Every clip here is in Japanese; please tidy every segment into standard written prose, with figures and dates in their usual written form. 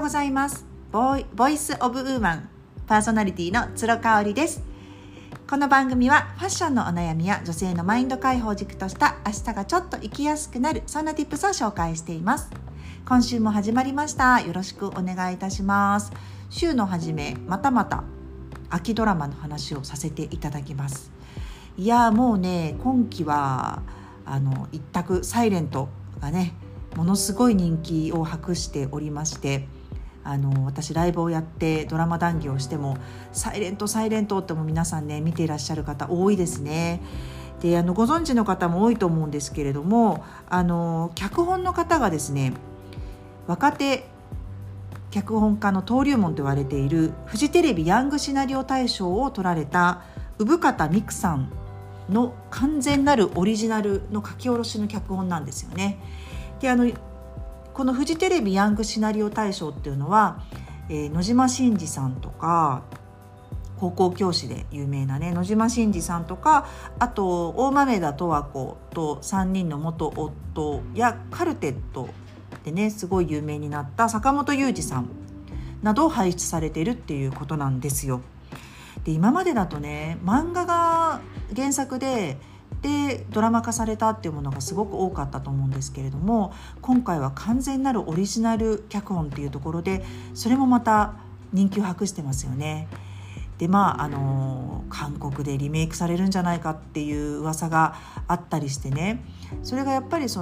ございます。ボイスオブウーマンパーソナリティのつろかおりです。この番組はファッションのお悩みや女性のマインド解放を軸とした明日がちょっと生きやすくなる、そんな Tips を紹介しています。今週も始まりました。よろしくお願いいたします。週の初めまた秋ドラマの話をさせていただきます。いやもうね、今期は一択サイレントがねものすごい人気を博しておりまして、私ライブをやってドラマ談義をしてもサイレントっても皆さんね見ていらっしゃる方多いですね。でご存知の方も多いと思うんですけれども、脚本の方がですね、若手脚本家の登竜門と言われているフジテレビヤングシナリオ大賞を取られた生方美久さんの完全なるオリジナルの書き下ろしの脚本なんですよね。でこのフジテレビヤングシナリオ大賞っていうのは、野島伸司さんとか高校教師で有名なね野島伸司さんとか、あと大豆田十和子と3人の元夫やカルテットでねすごい有名になった坂本雄二さんなどを輩出されているっていうことなんですよ。で今までだとね漫画が原作でドラマ化されたっていうものがすごく多かったと思うんですけれども、今回は完全なるオリジナル脚本っていうところでそれもまた人気を博してますよね。で韓国でリメイクされるんじゃないかっていう噂があったりしてね、それがやっぱり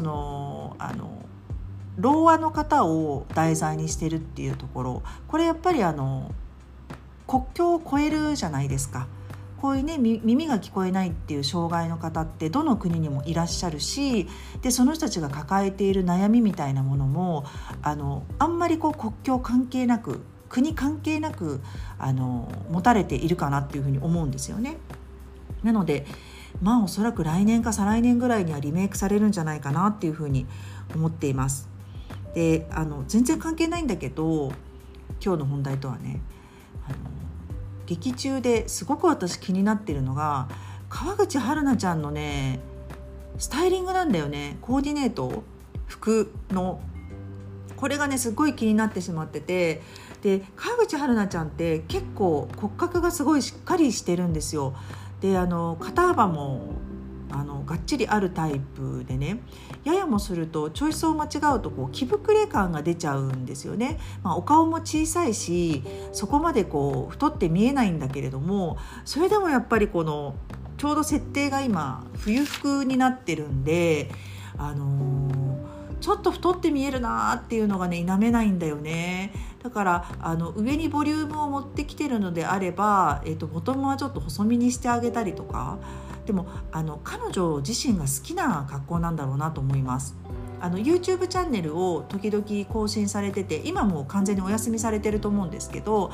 童話の方を題材にしてるっていうところ、これやっぱり国境を越えるじゃないですか。こういうね耳が聞こえないっていう障害の方ってどの国にもいらっしゃるし、でその人たちが抱えている悩みみたいなものもあんまり国境関係なく国関係なく持たれているかなっていうふうに思うんですよね。なのでおそらく来年か再来年ぐらいにはリメイクされるんじゃないかなっていうふうに思っています。で全然関係ないんだけど、今日の本題とはね劇中ですごく私気になっているのが川口春奈ちゃんのねスタイリングなんだよね。コーディネート服のこれがねすごい気になってしまってて、で川口春奈ちゃんって結構骨格がすごいしっかりしてるんですよ。で肩幅もがっちりあるタイプでね、ややもするとチョイスを間違うと気膨れ感が出ちゃうんですよね。お顔も小さいしそこまで太って見えないんだけれども、それでもやっぱりちょうど設定が今冬服になってるんでちょっと太って見えるなっていうのがね否めないんだよね。だから上にボリュームを持ってきてるのであれば、ボトムはちょっと細身にしてあげたりとか。でも彼女自身が好きな格好なんだろうなと思います。YouTube チャンネルを時々更新されてて、今もう完全にお休みされてると思うんですけど、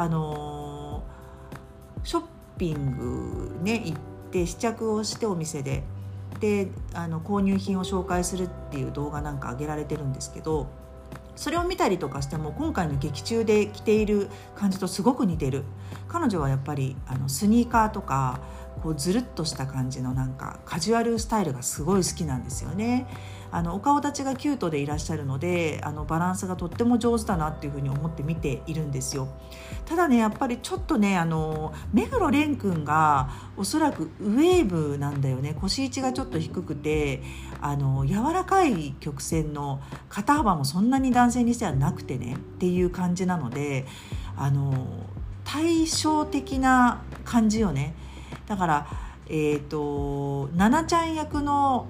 ショッピングね行って試着をしてお店で購入品を紹介するっていう動画なんか上げられてるんですけど、それを見たりとかしても今回の劇中で着ている感じとすごく似てる。彼女はやっぱりスニーカーとかずるっとした感じのなんかカジュアルスタイルがすごい好きなんですよね。お顔立ちがキュートでいらっしゃるのでバランスがとっても上手だなっていうふうに思って見ているんですよ。ただねやっぱりちょっとね目黒蓮くんがおそらくウェーブなんだよね。腰位置がちょっと低くて柔らかい曲線の肩幅もそんなに男性にしてはなくてねっていう感じなので対照的な感じよね。だからナナちゃん役の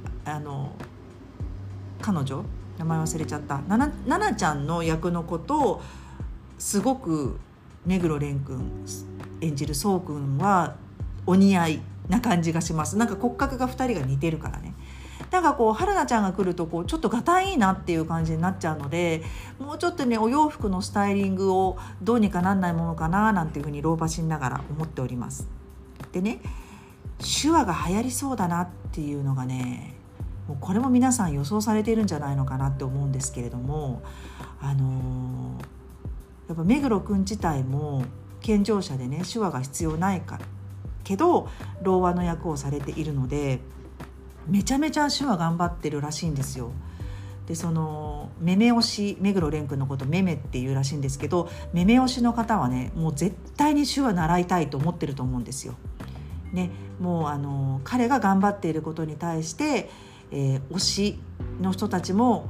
彼女名前忘れちゃった、ナナちゃんの役の子とすごく目黒蓮くん演じるそうくんはお似合いな感じがします。なんか骨格が2人が似てるからね。なんか春奈ちゃんが来るとちょっとがたいいなっていう感じになっちゃうので、もうちょっとねお洋服のスタイリングをどうにかなんないものかななんていうふうに老婆しながら思っております。でね手話が流行りそうだなっていうのがね、もうこれも皆さん予想されているんじゃないのかなって思うんですけれども、やっぱ目黒くん自体も健常者でね手話が必要ないからけど童話の役をされているのでめちゃめちゃ手話頑張ってるらしいんですよ。 でそのめめ推し、目黒蓮くんのことめめっていうらしいんですけど、めめ推しの方はねもう絶対に手話習いたいと思ってると思うんですよ、ね、もう彼が頑張っていることに対して、推しの人たちも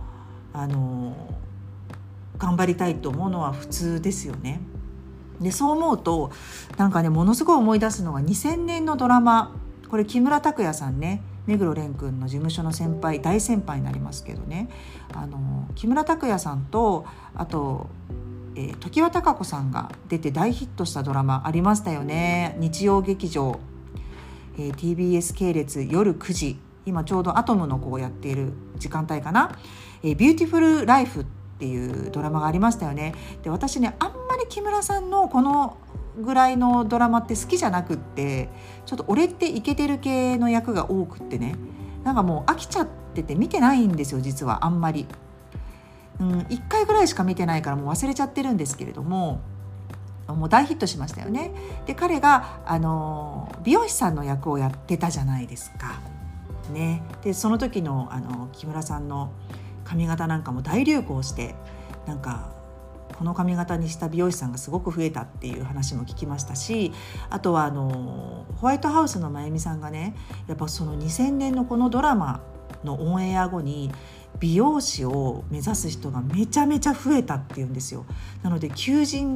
頑張りたいと思うのは普通ですよね。でそう思うとなんかねものすごい思い出すのが2000年のドラマ、これ木村拓哉さんね、目黒蓮くんの事務所の大先輩になりますけどね、木村拓哉さんとあと、常盤貴子さんが出て大ヒットしたドラマありましたよね。日曜劇場、TBS 系列夜9時、今ちょうどアトムの子をやっている時間帯かな、ビューティフルライフっていうドラマがありましたよね。で私ねあんまり木村さんのこのぐらいのドラマって好きじゃなくって、ちょっと俺ってイケてる系の役が多くってね、なんかもう飽きちゃってて見てないんですよ実はあんまり、1回ぐらいしか見てないからもう忘れちゃってるんですけれども、もう大ヒットしましたよね。で彼が美容師さんの役をやってたじゃないですかね。でその時の木村さんの髪型なんかも大流行して、なんかこの髪型にした美容師さんがすごく増えたっていう話も聞きましたし、あとはホワイトハウスの真由美さんがね、やっぱその2000年のこのドラマのオンエア後に美容師を目指す人がめちゃめちゃ増えたっていうんですよ。なので求人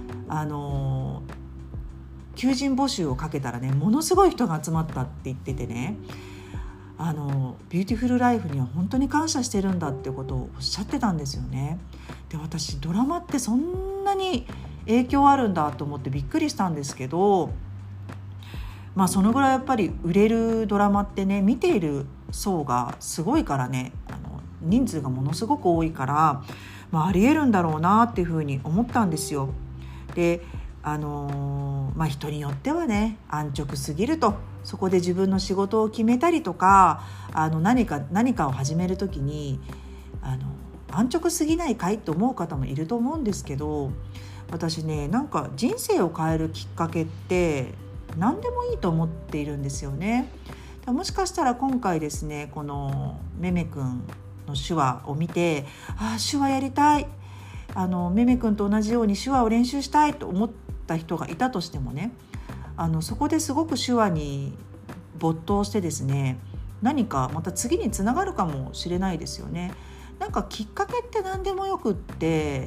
募集をかけたらねものすごい人が集まったって言っててね、ビューティフルライフには本当に感謝してるんだってことをおっしゃってたんですよね。で私ドラマってそんなに影響あるんだと思ってびっくりしたんですけど、そのぐらいやっぱり売れるドラマってね、見ている層がすごいからね、人数がものすごく多いから、ありえるんだろうなっていうふうに思ったんですよ。で人によってはね安直すぎると、そこで自分の仕事を決めたりとか何かを始めるときに安直すぎないかいと思う方もいると思うんですけど、私ねなんか人生を変えるきっかけって何でもいいと思っているんですよね。もしかしたら今回ですね、このめめくんの手話を見て手話やりたい、めめくんと同じように手話を練習したいと思った人がいたとしてもね、そこですごく手話に没頭してですね、何かまた次につながるかもしれないですよね。なんかきっかけって何でもよくって、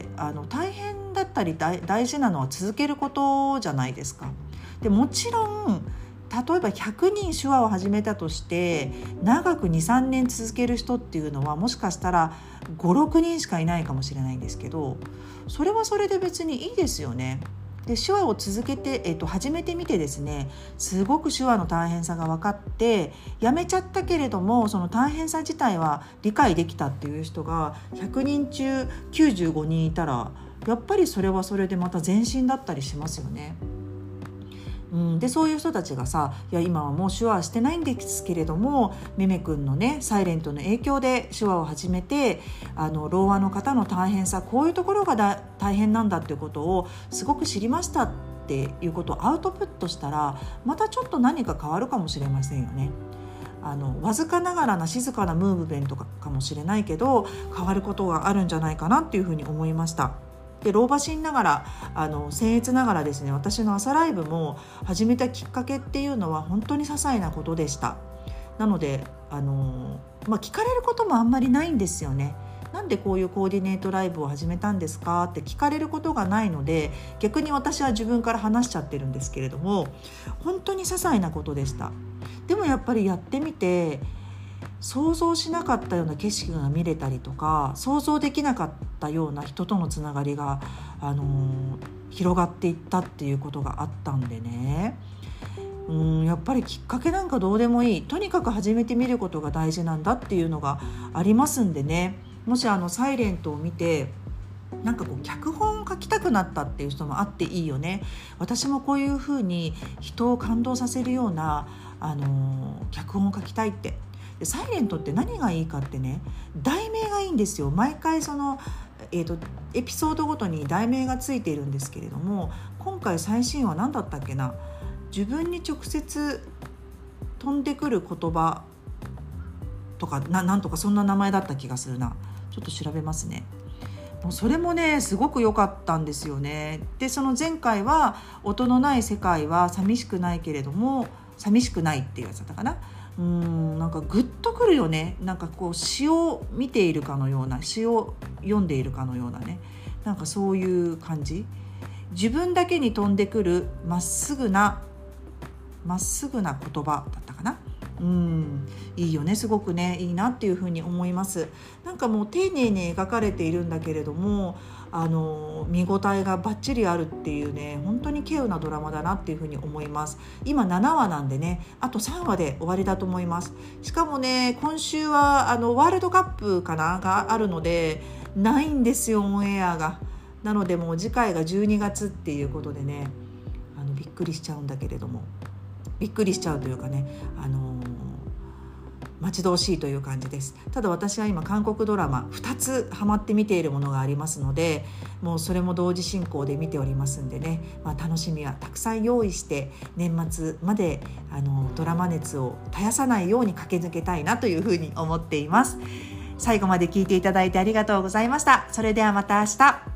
大変だったり大事なのは続けることじゃないですか。でもちろん例えば100人手話を始めたとして長く 2,3 年続ける人っていうのはもしかしたら 5,6 人しかいないかもしれないんですけど、それはそれで別にいいですよね。で手話を続けて、始めてみてですね、すごく手話の大変さが分かってやめちゃったけれどもその大変さ自体は理解できたっていう人が100人中95人いたら、やっぱりそれはそれでまた前進だったりしますよね。でそういう人たちがさ、いや今はもう手話してないんですけれども、めめくんのねサイレントの影響で手話を始めて、ろう話の方の大変さ、こういうところが大変なんだっていうことをすごく知りましたっていうことをアウトプットしたら、またちょっと何か変わるかもしれませんよね。わずかながらな静かなムーブメントかもしれないけど変わることがあるんじゃないかなっていうふうに思いました。で老婆心ながら僭越ながらですね、私の朝ライブも始めたきっかけっていうのは本当に些細なことでした。なので聞かれることもあんまりないんですよね。なんでこういうコーディネートライブを始めたんですかって聞かれることがないので、逆に私は自分から話しちゃってるんですけれども、本当に些細なことでした。でもやっぱりやってみて想像しなかったような景色が見れたりとか、想像できなかったような人とのつながりが、広がっていったっていうことがあったんでね、やっぱりきっかけなんかどうでもいい、とにかく始めてみることが大事なんだっていうのがありますんでね、もしサイレントを見てなんか脚本を書きたくなったっていう人もあっていいよね。私もこういうふうに人を感動させるような脚本を書きたいって。でサイレントって何がいいかってね、題名がいいんですよ。毎回その、エピソードごとに題名がついているんですけれども、今回最新話何だったっけな、自分に直接飛んでくる言葉とかなんとかそんな名前だった気がするな。 ちょっと調べますね。もうそれもねすごく良かったんですよね。でその前回は音のない世界は寂しくないけれども寂しくないっていうやつだったかな。なんかグッとくるよね。なんかこう詩を見ているかのような、詩を読んでいるかのようなね、なんかそういう感じ。自分だけに飛んでくるまっすぐな言葉だったかな。いいよね、すごくねいいなっていうふうに思います。なんかもう丁寧に描かれているんだけれども見応えがバッチリあるっていうね、本当に稀有なドラマだなっていうふうに思います。今7話なんでね、あと3話で終わりだと思います。しかもね今週はワールドカップかながあるのでないんですよ、オンエアが。なのでもう次回が12月っていうことでねびっくりしちゃうんだけれども、びっくりしちゃうというかね待ち遠しいという感じです。ただ私は今韓国ドラマ2つハマって見ているものがありますので、もうそれも同時進行で見ておりますんでね、楽しみはたくさん用意して年末までドラマ熱を絶やさないように駆け抜けたいなというふうに思っています。最後まで聞いていただいてありがとうございました。それではまた明日。